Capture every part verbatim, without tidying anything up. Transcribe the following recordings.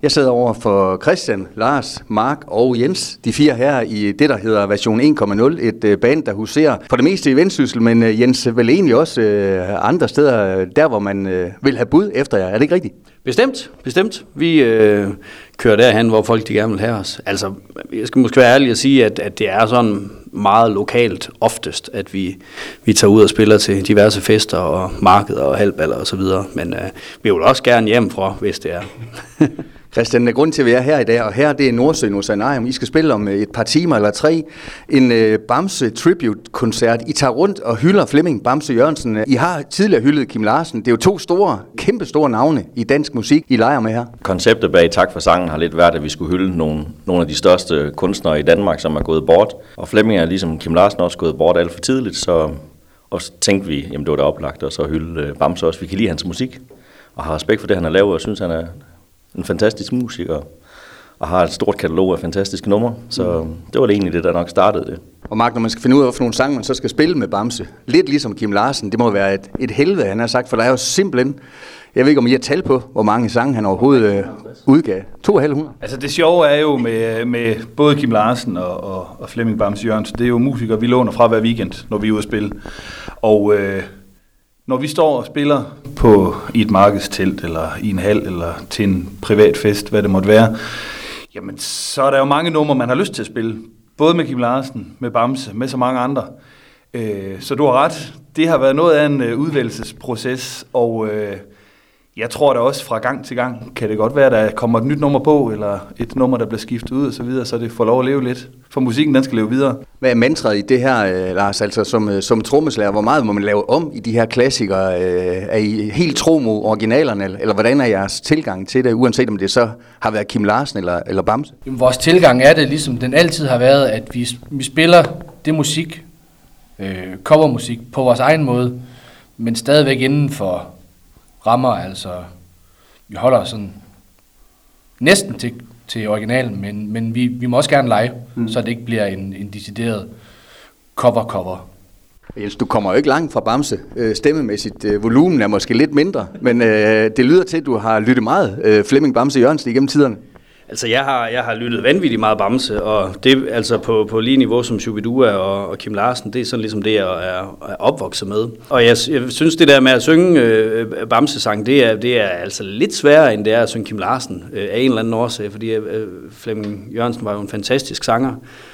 Jeg sidder over for Christian, Lars, Mark og Jens, de fire her i det, der hedder version en komma nul, et band, der huserer for det meste i Vendsyssel, men Jens, vel egentlig også øh, andre steder, der hvor man øh, vil have bud efter jer. Er det ikke rigtigt? Bestemt, bestemt. Vi øh, kører derhen, hvor folk de gerne vil have os. Altså, jeg skal måske være ærlig at sige, at, at det er sådan meget lokalt oftest, at vi, vi tager ud og spiller til diverse fester og markeder og halvballer og så videre. Men øh, vi vil også gerne hjemmefra, hvis det er. Christian, grund til, at vi er her i dag, og her det er Nordsøen Oceanarium. I skal spille om et par timer eller tre. En uh, Bamse Tribute-koncert. I tager rundt og hylder Flemming Bamse Jørgensen. I har tidligere hyldet Kim Larsen. Det er jo to store, kæmpe store navne i dansk musik, I leger med her. Konceptet bag Tak for sangen har lidt været, at vi skulle hylde nogle, nogle af de største kunstnere i Danmark, som er gået bort. Og Flemming er ligesom Kim Larsen også gået bort alt for tidligt, så og så tænkte vi, jamen det var da oplagt, og så hylde Bamse også. Vi kan lide hans musik, og har respekt for det, han har lavet, og synes, han er en fantastisk musiker, og har et stort katalog af fantastiske numre, så mm. det var det egentlig det, der nok startede det. Og Mark, når man skal finde ud af, hvilke nogle sange man så skal spille med Bamse, lidt ligesom Kim Larsen, det må være et, et helvede, han har sagt, for der er jo simpelthen, jeg ved ikke, om I har tal på, hvor mange sange han overhovedet øh, udgav. to tusind fem hundrede. Altså det sjove er jo med, med både Kim Larsen og, og, og Flemming Bamse Jørgensen, det er jo musikere, vi låner fra hver weekend, når vi er ude at spille. Og øh, når vi står og spiller på i et markedstelt, eller i en hal, eller til en privat fest, hvad det måtte være, jamen så er der jo mange numre, man har lyst til at spille. Både med Kim Larsen, med Bamse, med så mange andre. Øh, så du har ret. Det har været noget af en øh, udvælgelsesproces, og øh, jeg tror da også fra gang til gang, kan det godt være, at der kommer et nyt nummer på, eller et nummer, der bliver skiftet ud og så videre, så det får lov at leve lidt. For musikken, den skal leve videre. Hvad er mantraet i det her, Lars, altså som, som trommeslager? Hvor meget må man lave om i de her klassikere? Er I helt tro mod originalerne, eller hvordan er jeres tilgang til det, uanset om det så har været Kim Larsen eller, eller Bamse? Jamen, vores tilgang er det, ligesom den altid har været, at vi, vi spiller det musik, øh, covermusik, på vores egen måde, men stadigvæk inden for rammer, altså vi holder sådan næsten til, til originalen, men, men vi, vi må også gerne lege, mm. så det ikke bliver en, en decideret cover-cover. Jens, du kommer jo ikke langt fra Bamse. Stemmemæssigt volumen er måske lidt mindre, men øh, det lyder til, at du har lyttet meget øh, Flemming Bamse Jørgensen igennem tiderne. Altså, jeg har, jeg har lyttet vanvittigt meget Bamse, og det altså på, på lige niveau som Shubidua og, og Kim Larsen, det er sådan ligesom det, jeg er, er opvokset med. Og jeg, jeg synes, det der med at synge øh, Bamse-sang, det er, det er altså lidt sværere, end det er at synge Kim Larsen øh, af en eller anden årsag, fordi øh, Flemming Jørgensen var jo en fantastisk sanger.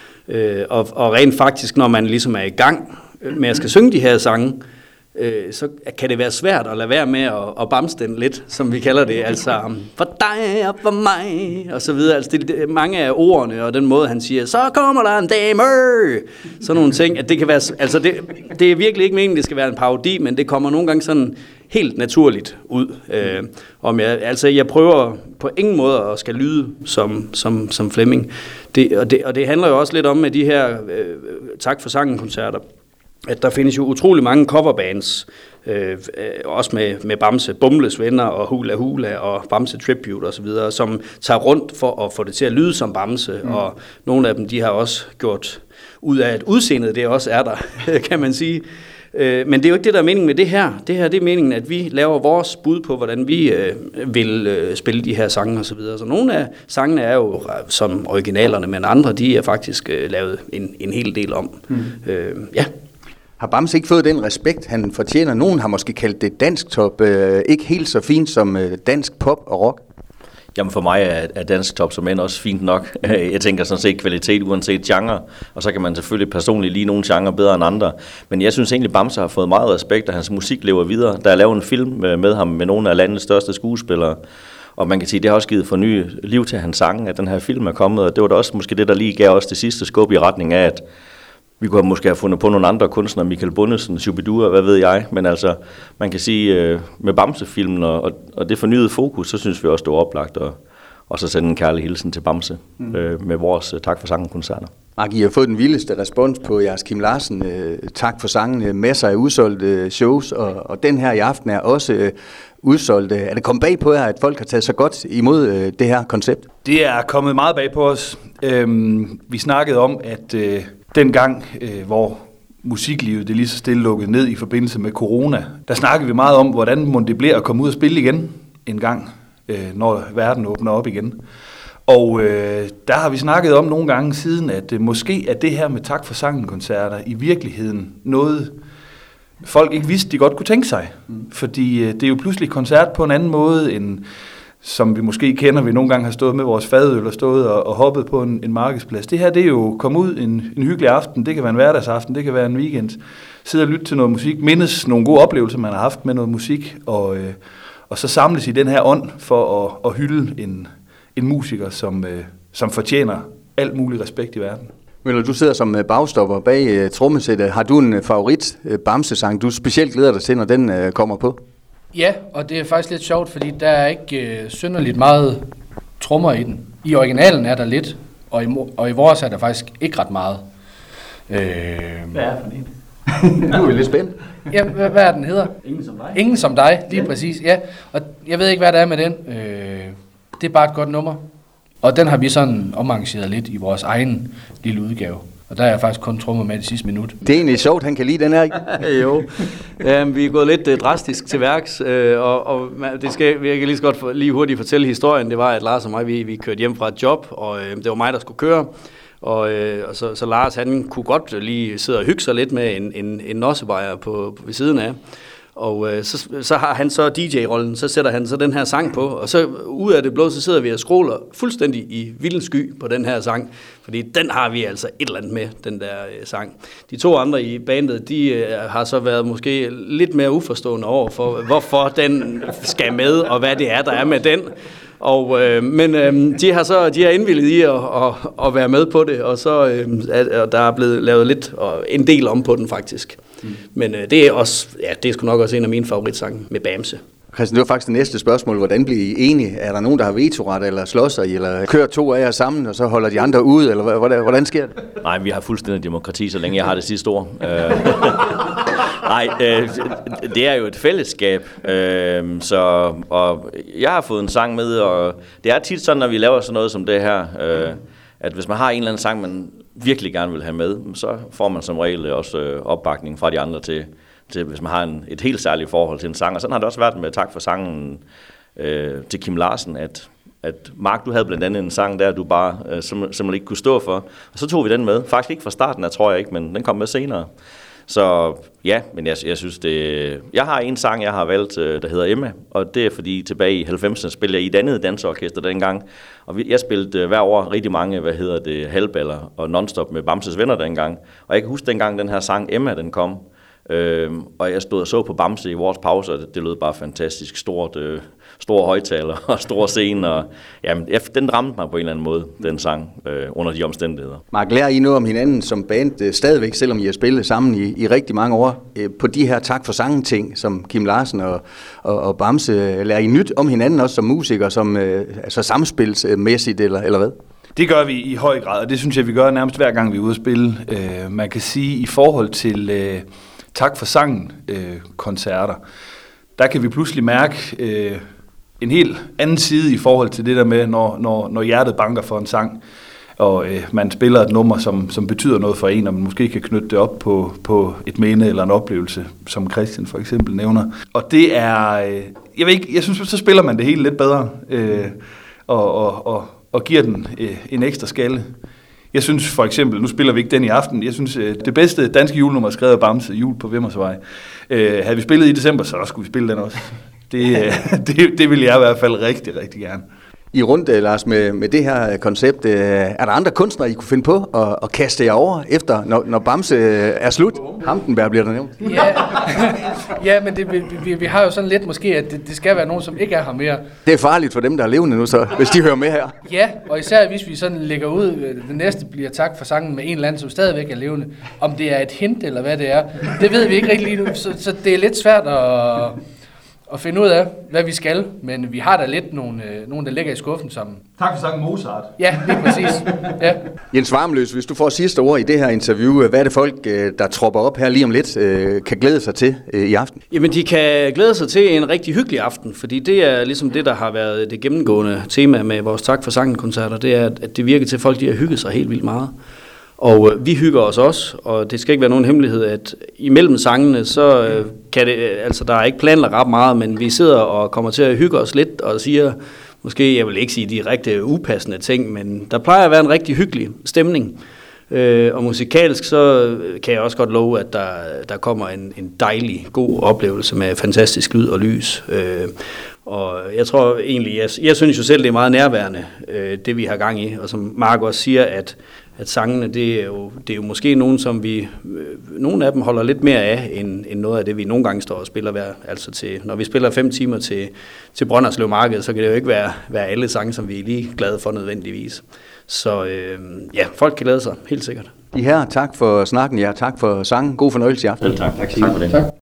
Øh, og, og rent faktisk, når man ligesom er i gang med at skal synge de her sange, Øh, så kan det være svært at lade være med at, at bamse den lidt, som vi kalder det, altså for dig og for mig, og så videre. Altså det, det, mange af ordene og den måde, han siger, så kommer der en dame, sådan nogle ting, at det kan være, altså det, det er virkelig ikke meningen, det skal være en parodi, men det kommer nogle gange sådan helt naturligt ud. Øh, om jeg, altså jeg prøver på ingen måde at skal lyde som, som, som Flemming, det, og, det, og det handler jo også lidt om med de her øh, Tak for sangen-koncerter, at der findes jo utrolig mange coverbands, øh, også med, med Bamse, Bumles Venner og Hula Hula og Bamse Tribute og så videre, som tager rundt for at få det til at lyde som Bamse, mm. og nogle af dem, de har også gjort ud af, at udseendet det også er der, kan man sige. Øh, men det er jo ikke det, der er meningen med det her. Det her, det er meningen, at vi laver vores bud på, hvordan vi øh, vil øh, spille de her sange og så videre. Så nogle af sangene er jo som originalerne, men andre, de er faktisk øh, lavet en, en hel del om. Mm. Øh, ja. Har Bamse ikke fået den respekt, han fortjener? Nogen har måske kaldt det dansk top, øh, ikke helt så fint som øh, dansk pop og rock. Jamen for mig er, er dansk top som end også fint nok. Jeg tænker sådan set kvalitet uanset genre, og så kan man selvfølgelig personligt lide nogle genre bedre end andre. Men jeg synes egentlig, Bamse har fået meget respekt, og hans musik lever videre. Der er lavet en film med ham med nogle af landets største skuespillere, og man kan sige, det har også givet forny liv til hans sange, at den her film er kommet, og det var da også måske det, der lige gav os det sidste skub i retning af, at vi kunne måske have fundet på nogle andre kunstnere, Michael Bundesen, Shubidua, hvad ved jeg, men altså, man kan sige, med Bamse-filmen og, og det fornyede fokus, så synes vi også, det var oplagt at og så sende en kærlig hilsen til Bamse mm. øh, med vores uh, Tak for sangen-koncerter. Mark, I har fået den vildeste respons på jeres Kim Larsen. Uh, tak for sangen. Uh, masser af udsolgte uh, shows, og, og den her i aften er også uh, udsolgt. Uh, er det kommet bag på jer, at folk har taget så godt imod uh, det her koncept? Det er kommet meget bag på os. Øhm, vi snakkede om, at øh, dengang, øh, hvor musiklivet det lige så stille lukkede ned i forbindelse med corona, der snakkede vi meget om, hvordan må det blive at komme ud og spille igen en gang. øh, når verden åbner op igen. Og øh, der har vi snakket om nogle gange siden, at øh, måske er det her med Tak for sangen-koncerter i virkeligheden noget, folk ikke vidste, de godt kunne tænke sig. Mm. Fordi øh, det er jo pludselig koncert på en anden måde, end som vi måske kender, vi nogle gange har stået med vores fadøl og stået og, og hoppet på en, en markedsplads. Det her, det er jo komme ud en, en hyggelig aften, det kan være en hverdagsaften, det kan være en weekend, sidde og lytte til noget musik, mindes nogle gode oplevelser, man har haft med noget musik, og, øh, og så samles i den her ånd for at, at hylde en, en musiker, som, øh, som fortjener alt mulig respekt i verden. Møller, du sidder som bagsstopper bag uh, trommesættet. Har du en favorit uh, Bamse-sang, du specielt glæder dig til, når den uh, kommer på? Ja, og det er faktisk lidt sjovt, fordi der er ikke øh, synderligt meget trommer i den. I originalen er der lidt, og i, og i vores er der faktisk ikke ret meget. Øh, hvad er det for en? Nu er vi lidt spændt. Ja, hvad, hvad er den hedder? Ingen som dig. Ingen som dig, lige præcis. Ja, og jeg ved ikke, hvad der er med den. Øh, det er bare et godt nummer. Og den har vi sådan omarrangeret lidt i vores egen lille udgave. Og der er jeg faktisk kun trommer med det sidste minut. Det er egentlig sjovt, han kan lide den her, ikke? Jo, um, vi er gået lidt uh, drastisk til værks, uh, og, og det skal, jeg kan lige så godt for, lige hurtigt fortælle historien. Det var, at Lars og mig, vi, vi kørte hjem fra et job, og uh, det var mig, der skulle køre. Og, øh, og så, så Lars, han kunne godt lige sidde og hygge sig lidt med en, en, en nossebajer på, på ved siden af. Og øh, så, så har han så D J-rollen, så sætter han så den her sang på, og så ud af det blå, så sidder vi og scroller fuldstændig i vildens sky på den her sang, fordi den har vi altså et eller andet med, den der øh, sang. De to andre i bandet, de øh, har så været måske lidt mere uforstående over for, hvorfor den skal med, og hvad det er, der er med den. Og, øh, men øh, de har så de har indvilliget i at, at, at være med på det, og så øh, er, der er blevet lavet lidt og en del om på den faktisk. Mm. Men øh, det er også, ja, det er sgu nok også en af mine favoritsange med Bamse. Christian, det var faktisk det næste spørgsmål. Hvordan bliver I enige? Er der nogen, der har vetoret, eller slår sig, eller kører to af jer sammen, og så holder de andre ude, eller hvordan, hvordan sker det? Nej, vi har fuldstændig demokrati, så længe jeg har det sidste ord. Nej, øh, det er jo et fællesskab, øh, så, og jeg har fået en sang med, og det er tit sådan, når vi laver sådan noget som det her, øh, at hvis man har en eller anden sang, man virkelig gerne vil have med, så får man som regel også øh, opbakning fra de andre til, til hvis man har en, et helt særligt forhold til en sang. Og sådan har det også været med Tak for sangen øh, til Kim Larsen, at, at Mark, du havde blandt andet en sang der, du bare øh, simpelthen ikke kunne stå for. Og så tog vi den med. Faktisk ikke fra starten af, tror jeg ikke, men den kom med senere. Så ja, men jeg, jeg synes det... Jeg har en sang, jeg har valgt, der hedder Emma, og det er fordi tilbage i halvfemserne spillede jeg i et andet danseorkester dengang, og jeg spillede hver år rigtig mange, hvad hedder det, halvballer og nonstop med Bamses venner dengang, og jeg kan huske dengang den her sang Emma, den kom, øhm, og jeg stod og så på Bamse i vores pause, og det, det lød bare fantastisk stort, øh, store højtaler og store scener, og jamen, den ramte mig på en eller anden måde, den sang, øh, under de omstændigheder. Mark, lærer I noget om hinanden som band øh, stadigvæk, selvom I har spillet sammen i, i rigtig mange år, øh, på de her Tak for sangen ting, som Kim Larsen og, og, og Bamse, øh, lærer I nyt om hinanden også som musikere, som øh, altså samspilsmæssigt, eller, eller hvad? Det gør vi i høj grad, og det synes jeg, vi gør nærmest hver gang, vi er ude at spille. Øh, man kan sige, i forhold til øh, Tak for sangen øh, koncerter, der kan vi pludselig mærke øh, en helt anden side i forhold til det der med, når, når, når hjertet banker for en sang, og øh, man spiller et nummer, som, som betyder noget for en, og man måske kan knytte det op på, på et minde eller en oplevelse, som Christian for eksempel nævner. Og det er, øh, jeg ved ikke, jeg synes, så spiller man det hele lidt bedre, øh, og, og, og, og giver den øh, en ekstra skalle. Jeg synes for eksempel, nu spiller vi ikke den i aften, jeg synes det bedste danske julenummer er skrevet af Bamse, Jul på Vimmersvej. Øh, havde vi spillet i december, så skulle vi spille den også. Det, det, det vil jeg i hvert fald rigtig, rigtig gerne. I rundt, Lars, med, med det her koncept, er der andre kunstnere, I kunne finde på at, at kaste jer over efter, når, når Bamse er slut? Hamtenberg bliver der nævnt. Ja, ja, men det, vi, vi, vi har jo sådan lidt måske, at det, det skal være nogen, som ikke er her mere. Det er farligt for dem, der er levende nu, så, hvis de hører med her. Ja, og især hvis vi sådan lægger ud, det næste bliver Tak for sangen med en eller anden, som stadigvæk er levende. Om det er et hint, eller hvad det er, det ved vi ikke rigtig lige nu, så, så det er lidt svært at... og finde ud af, hvad vi skal, men vi har da lidt nogle, øh, nogle der ligger i skuffen sammen. Tak for sangen Mozart. Ja, lige præcis. Ja. Jens Varmløs, hvis du får sidste ord i det her interview, hvad er det folk, der tropper op her lige om lidt, kan glæde sig til i aften? Jamen, de kan glæde sig til en rigtig hyggelig aften, fordi det er ligesom det, der har været det gennemgående tema med vores Tak for sangen-koncerter, det er, at det virker til, at folk de har hygget sig helt vildt meget. Og øh, vi hygger os også, og det skal ikke være nogen hemmelighed, at imellem sangene, så øh, kan det, altså der er ikke planlagt ret meget, men vi sidder og kommer til at hygge os lidt og siger, måske, jeg vil ikke sige direkte upassende ting, men der plejer at være en rigtig hyggelig stemning. Øh, og musikalsk, så kan jeg også godt love, at der, der kommer en, en dejlig, god oplevelse med fantastisk lyd og lys. Øh, og jeg tror egentlig, jeg, jeg synes jo selv, det er meget nærværende, øh, det vi har gang i. Og som Mark også siger, at, at sangene, det er, jo, det er jo måske nogen, som vi, øh, nogle af dem holder lidt mere af, end, end noget af det, vi nogle gange står og spiller hver. Altså til, når vi spiller fem timer til, til Brønderslev Marked, så kan det jo ikke være, være alle sange, som vi er lige glade for nødvendigvis. Så øh, ja, folk kan glæde sig, helt sikkert. De her, tak for snakken, ja, tak for sangen. God fornøjelse i aften. Selv tak. Tak, tak for det. Tak.